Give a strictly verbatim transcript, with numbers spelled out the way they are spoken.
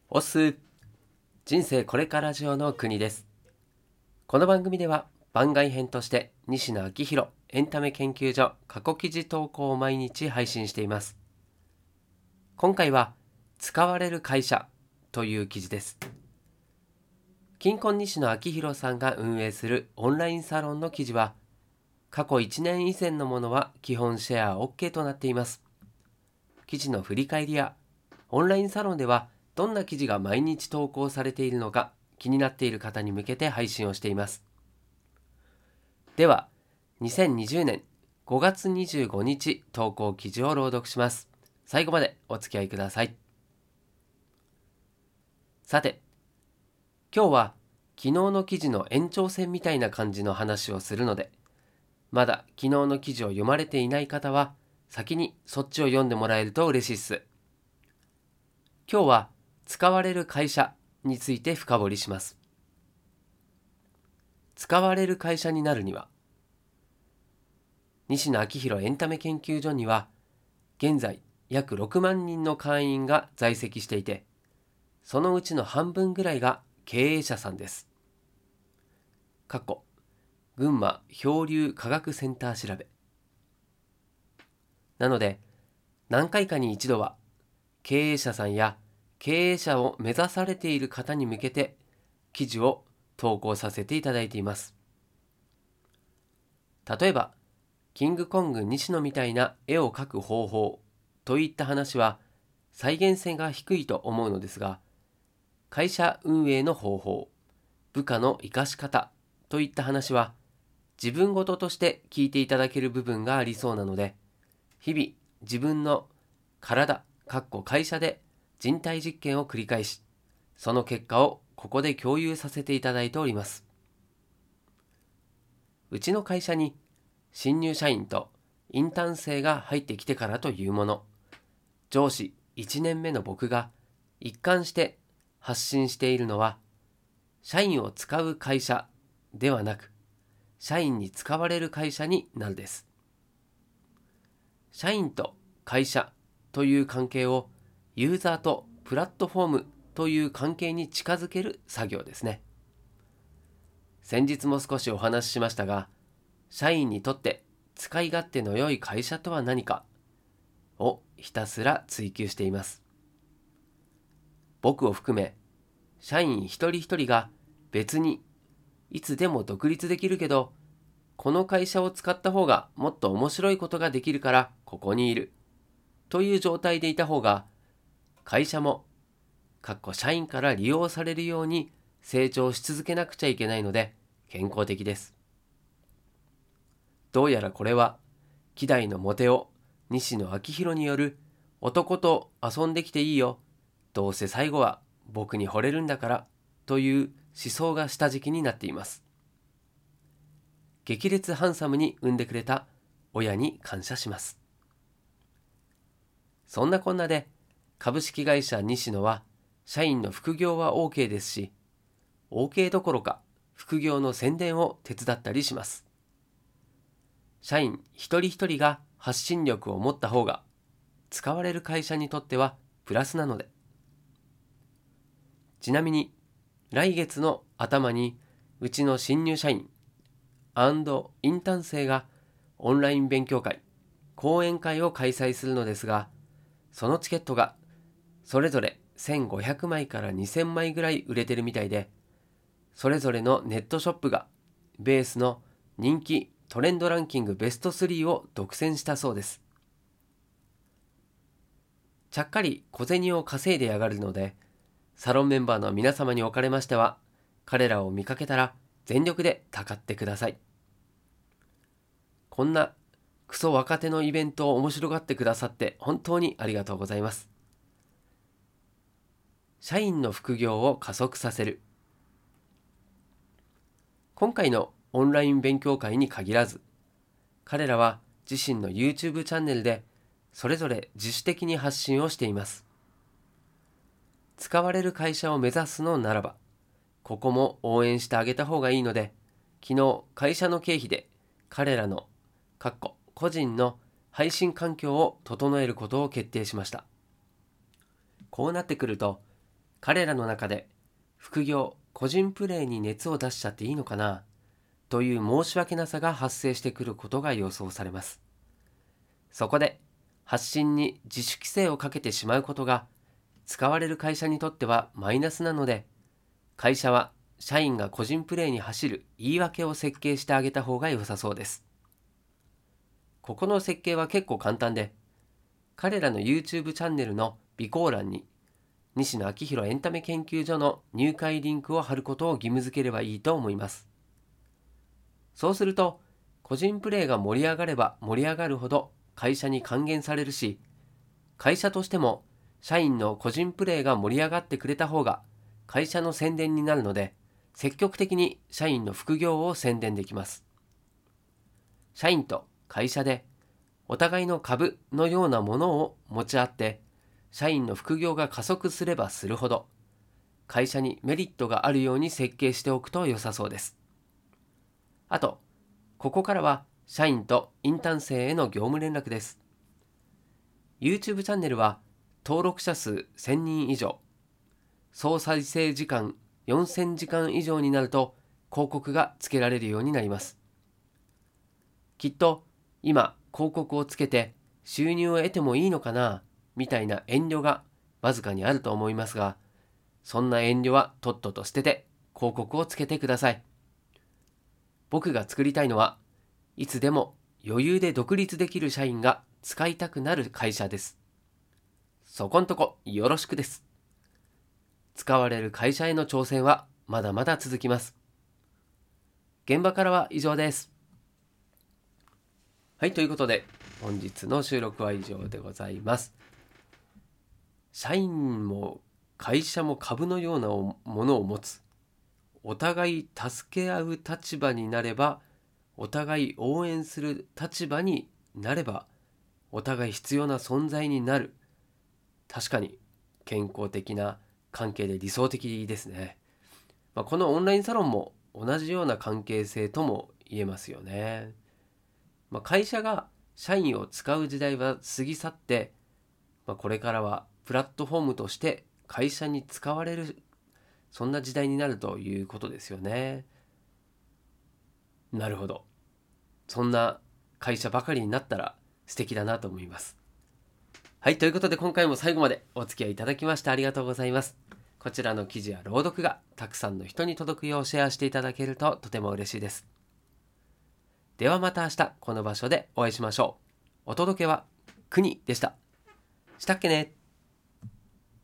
オス人生これからジオの国です。この番組では番外編として西野昭弘エンタメ研究所過去記事投稿を毎日配信しています。今回は使われる会社という記事です。金婚西野昭弘さんが運営するオンラインサロンの記事は、過去いちねん以前のものは基本シェア OK となっています。記事の振り返りやオンラインサロンではどんな記事が毎日投稿されているのか気になっている方に向けて配信をしています。では、にせんにじゅうねんごがつにじゅうごにち投稿記事を朗読します。最後までお付き合いください。さて、今日は昨日の記事の延長線みたいな感じの話をするので、まだ昨日の記事を読まれていない方は先にそっちを読んでもらえると嬉しいっす。今日は使われる会社について深掘りします。使われる会社になるには、西野昭弘エンタメ研究所には現在約ろくまんにんの会員が在籍していて、そのうちの半分ぐらいが経営者さんです。過去群馬漂流科学センター調べ。なので、何回かに一度は経営者さんや経営者を目指されている方に向けて記事を投稿させていただいています。例えば、キングコング西野みたいな絵を描く方法といった話は再現性が低いと思うのですが、会社運営の方法、部下の生かし方といった話は自分事として聞いていただける部分がありそうなので、日々自分の体、かっこ会社で人体実験を繰り返し、その結果をここで共有させていただいております。うちの会社に新入社員とインターン生が入ってきてからというもの、上司いちねんめの僕が一貫して発信しているのは、社員を使う会社ではなく、社員に使われる会社になるです。社員と会社という関係をユーザーとプラットフォームという関係に近づける作業ですね。先日も少しお話ししましたが、社員にとって使い勝手の良い会社とは何かをひたすら追求しています。僕を含め、社員一人一人が別にいつでも独立できるけど、この会社を使った方がもっと面白いことができるからここにいるという状態でいた方が、会社もかっこ社員から利用されるように成長し続けなくちゃいけないので健康的です。どうやらこれは希代のモテ男西野昭弘による男と遊んできていいよ、どうせ最後は僕に惚れるんだからという思想が下敷きになっています。激烈ハンサムに産んでくれた親に感謝します。そんなこんなで株式会社西野は社員の副業は OK ですし、 OK どころか副業の宣伝を手伝ったりします。社員一人一人が発信力を持った方が使われる会社にとってはプラスなので。ちなみに来月の頭にうちの新入社員インターン生がオンライン勉強会、講演会を開催するのですが、そのチケットがそれぞれせんごひゃくまいからにせんまいぐらい売れてるみたいで、それぞれのネットショップがベースの人気トレンドランキングベストスリーを独占したそうです。ちゃっかり小銭を稼いでやがるので、サロンメンバーの皆様におかれましては、彼らを見かけたら全力でたかってください。こんなクソ若手のイベントを面白がってくださって本当にありがとうございます。社員の副業を加速させる。今回のオンライン勉強会に限らず、彼らは自身の YouTube チャンネルでそれぞれ自主的に発信をしています。使われる会社を目指すのならば、ここも応援してあげた方がいいので、昨日会社の経費で彼らのかっこ個人の配信環境を整えることを決定しました。こうなってくると、 彼らの中で副業、個人プレーに熱を出しちゃっていいのかなという申し訳なさが発生してくることが予想されます。そこで発信に自主規制をかけてしまうことが使われる会社にとってはマイナスなので、会社は社員が個人プレーに走る言い訳を設計してあげた方が良さそうです。ここの設計は結構簡単で、彼らの YouTube チャンネルの備考欄に西野昭弘エンタメ研究所の入会リンクを貼ることを義務付ければいいと思います。そうすると、個人プレーが盛り上がれば盛り上がるほど会社に還元されるし、会社としても社員の個人プレーが盛り上がってくれた方が会社の宣伝になるので、積極的に社員の副業を宣伝できます。社員と会社でお互いの株のようなものを持ち合って、社員の副業が加速すればするほど、会社にメリットがあるように設計しておくと良さそうです。あと、ここからは社員とインターン生への業務連絡です。YouTube チャンネルは登録者数せんにん以上、総再生時間よんせんじかん以上になると広告がつけられるようになります。きっと今広告をつけて収入を得てもいいのかなみたいな遠慮がわずかにあると思いますが、そんな遠慮はとっとと捨てて広告をつけてください。僕が作りたいのは、いつでも余裕で独立できる社員が使いたくなる会社です。そこんとこよろしくです。使われる会社への挑戦はまだまだ続きます。現場からは以上です。はい、ということで本日の収録は以上でございます。社員も会社も株のようなものを持つ。お互い助け合う立場になれば、お互い応援する立場になれば、お互い必要な存在になる。確かに健康的な関係で理想的ですね。まあ、このオンラインサロンも同じような関係性とも言えますよね。まあ、会社が社員を使う時代は過ぎ去って、まあ、これからはプラットフォームとして会社に使われる、そんな時代になるということですよね。なるほど。そんな会社ばかりになったら素敵だなと思います。はい、ということで今回も最後までお付き合いいただきましてありがとうございます。こちらの記事や朗読がたくさんの人に届くようシェアしていただけるととても嬉しいです。ではまた明日この場所でお会いしましょう。お届けは国でした。したっけね。